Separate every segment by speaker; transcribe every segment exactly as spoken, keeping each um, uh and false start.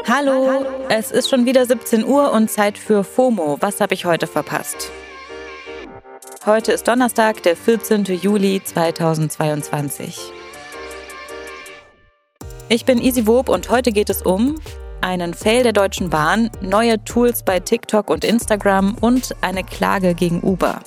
Speaker 1: Hallo, es ist schon wieder siebzehn Uhr und Zeit für FOMO. Was habe ich heute verpasst? Heute ist Donnerstag, der vierzehnten Juli zweitausendzweiundzwanzig. Ich bin Isi Wob und heute geht es um einen Fail der Deutschen Bahn, neue Tools bei TikTok und Instagram und eine Klage gegen Uber.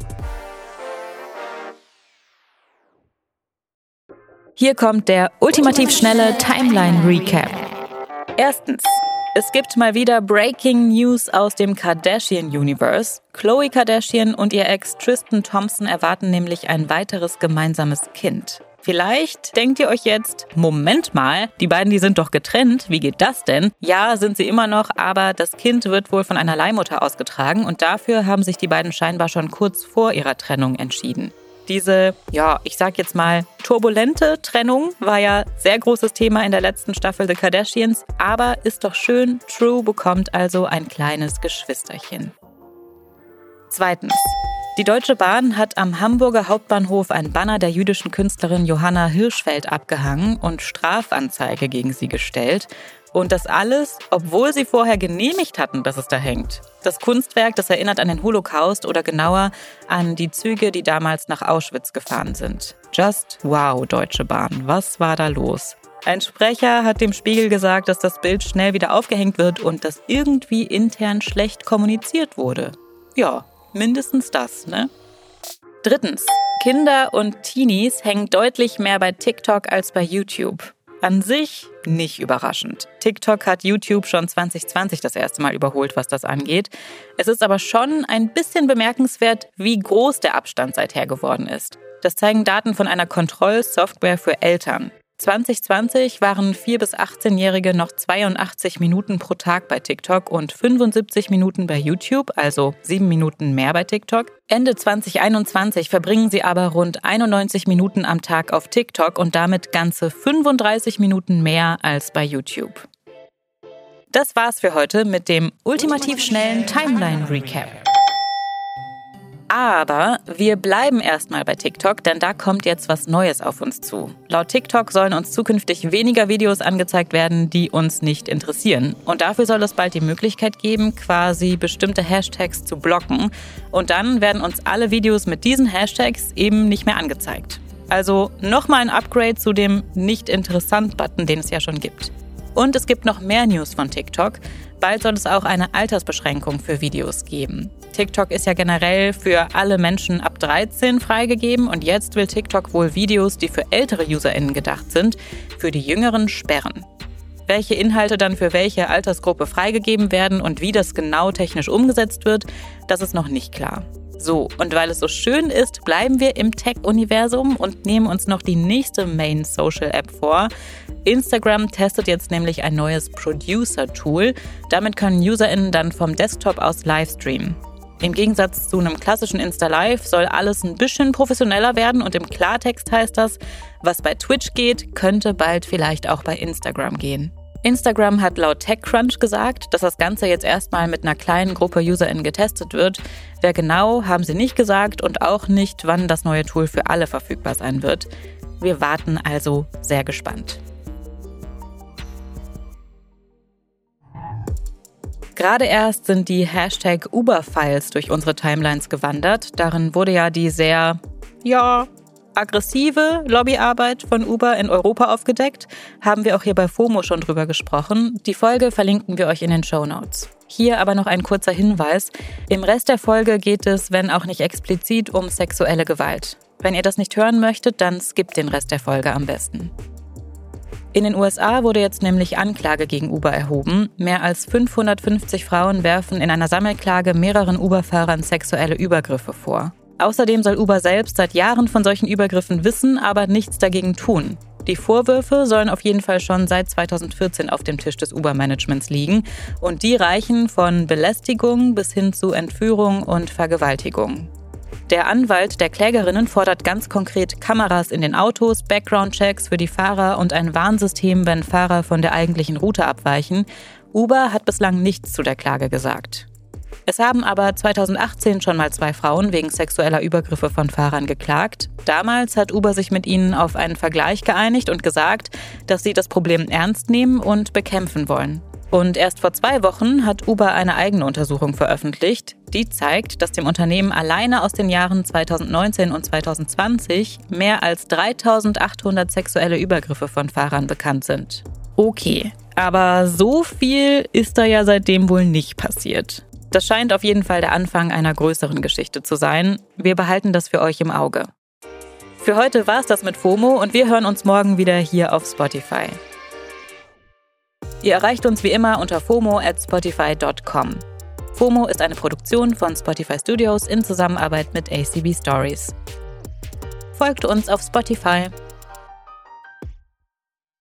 Speaker 1: Hier kommt der ultimativ schnelle Timeline-Recap. Erstens. Es gibt mal wieder Breaking News aus dem Kardashian-Universe. Khloe Kardashian und ihr Ex Tristan Thompson erwarten nämlich ein weiteres gemeinsames Kind. Vielleicht denkt ihr euch jetzt, Moment mal, die beiden, die sind doch getrennt, wie geht das denn? Ja, sind sie immer noch, aber das Kind wird wohl von einer Leihmutter ausgetragen und dafür haben sich die beiden scheinbar schon kurz vor ihrer Trennung entschieden. Diese, ja, ich sag jetzt mal, turbulente Trennung war ja sehr großes Thema in der letzten Staffel The Kardashians, aber ist doch schön, True bekommt also ein kleines Geschwisterchen. Zweitens. Die Deutsche Bahn hat am Hamburger Hauptbahnhof ein Banner der jüdischen Künstlerin Johanna Hirschfeld abgehangen und Strafanzeige gegen sie gestellt. Und das alles, obwohl sie vorher genehmigt hatten, dass es da hängt. Das Kunstwerk, das erinnert an den Holocaust oder genauer an die Züge, die damals nach Auschwitz gefahren sind. Just wow, Deutsche Bahn, was war da los? Ein Sprecher hat dem Spiegel gesagt, dass das Bild schnell wieder aufgehängt wird und dass irgendwie intern schlecht kommuniziert wurde. Ja, mindestens das, ne? Drittens. Kinder und Teenies hängen deutlich mehr bei TikTok als bei YouTube. An sich nicht überraschend. TikTok hat YouTube schon zwanzig zwanzig das erste Mal überholt, was das angeht. Es ist aber schon ein bisschen bemerkenswert, wie groß der Abstand seither geworden ist. Das zeigen Daten von einer Kontrollsoftware für Eltern. zwanzig zwanzig waren vier- bis achtzehnjährige noch zweiundachtzig Minuten pro Tag bei TikTok und fünfundsiebzig Minuten bei YouTube, also sieben Minuten mehr bei TikTok. Ende zwanzig einundzwanzig verbringen sie aber rund einundneunzig Minuten am Tag auf TikTok und damit ganze fünfunddreißig Minuten mehr als bei YouTube. Das war's für heute mit dem ultimativ schnellen Timeline-Recap. Aber wir bleiben erstmal bei TikTok, denn da kommt jetzt was Neues auf uns zu. Laut TikTok sollen uns zukünftig weniger Videos angezeigt werden, die uns nicht interessieren. Und dafür soll es bald die Möglichkeit geben, quasi bestimmte Hashtags zu blocken. Und dann werden uns alle Videos mit diesen Hashtags eben nicht mehr angezeigt. Also nochmal ein Upgrade zu dem Nicht-Interessant-Button, den es ja schon gibt. Und es gibt noch mehr News von TikTok. Bald soll es auch eine Altersbeschränkung für Videos geben. TikTok ist ja generell für alle Menschen ab dreizehn freigegeben und jetzt will TikTok wohl Videos, die für ältere UserInnen gedacht sind, für die Jüngeren sperren. Welche Inhalte dann für welche Altersgruppe freigegeben werden und wie das genau technisch umgesetzt wird, das ist noch nicht klar. So, und weil es so schön ist, bleiben wir im Tech-Universum und nehmen uns noch die nächste Main-Social-App vor. Instagram testet jetzt nämlich ein neues Producer-Tool. Damit können UserInnen dann vom Desktop aus livestreamen. Im Gegensatz zu einem klassischen Insta-Live soll alles ein bisschen professioneller werden und im Klartext heißt das, was bei Twitch geht, könnte bald vielleicht auch bei Instagram gehen. Instagram hat laut TechCrunch gesagt, dass das Ganze jetzt erstmal mit einer kleinen Gruppe UserInnen getestet wird. Wer genau, haben sie nicht gesagt und auch nicht, wann das neue Tool für alle verfügbar sein wird. Wir warten also sehr gespannt. Gerade erst sind die Hashtag Uber-Files durch unsere Timelines gewandert. Darin wurde ja die sehr, ja, aggressive Lobbyarbeit von Uber in Europa aufgedeckt. Haben wir auch hier bei FOMO schon drüber gesprochen. Die Folge verlinken wir euch in den Shownotes. Hier aber noch ein kurzer Hinweis. Im Rest der Folge geht es, wenn auch nicht explizit, um sexuelle Gewalt. Wenn ihr das nicht hören möchtet, dann skippt den Rest der Folge am besten. In den U S A wurde jetzt nämlich Anklage gegen Uber erhoben. Mehr als fünfhundertfünfzig Frauen werfen in einer Sammelklage mehreren Uber-Fahrern sexuelle Übergriffe vor. Außerdem soll Uber selbst seit Jahren von solchen Übergriffen wissen, aber nichts dagegen tun. Die Vorwürfe sollen auf jeden Fall schon seit zweitausendvierzehn auf dem Tisch des Uber-Managements liegen. Und die reichen von Belästigung bis hin zu Entführung und Vergewaltigung. Der Anwalt der Klägerinnen fordert ganz konkret Kameras in den Autos, Background-Checks für die Fahrer und ein Warnsystem, wenn Fahrer von der eigentlichen Route abweichen. Uber hat bislang nichts zu der Klage gesagt. Es haben aber zweitausendachtzehn schon mal zwei Frauen wegen sexueller Übergriffe von Fahrern geklagt. Damals hat Uber sich mit ihnen auf einen Vergleich geeinigt und gesagt, dass sie das Problem ernst nehmen und bekämpfen wollen. Und erst vor zwei Wochen hat Uber eine eigene Untersuchung veröffentlicht, die zeigt, dass dem Unternehmen alleine aus den Jahren zweitausendneunzehn und zweitausendzwanzig mehr als dreitausendachthundert sexuelle Übergriffe von Fahrern bekannt sind. Okay, aber so viel ist da ja seitdem wohl nicht passiert. Das scheint auf jeden Fall der Anfang einer größeren Geschichte zu sein. Wir behalten das für euch im Auge. Für heute war's das mit FOMO und wir hören uns morgen wieder hier auf Spotify. Ihr erreicht uns wie immer unter fomo at spotify dot com. FOMO ist eine Produktion von Spotify Studios in Zusammenarbeit mit A C B Stories. Folgt uns auf Spotify.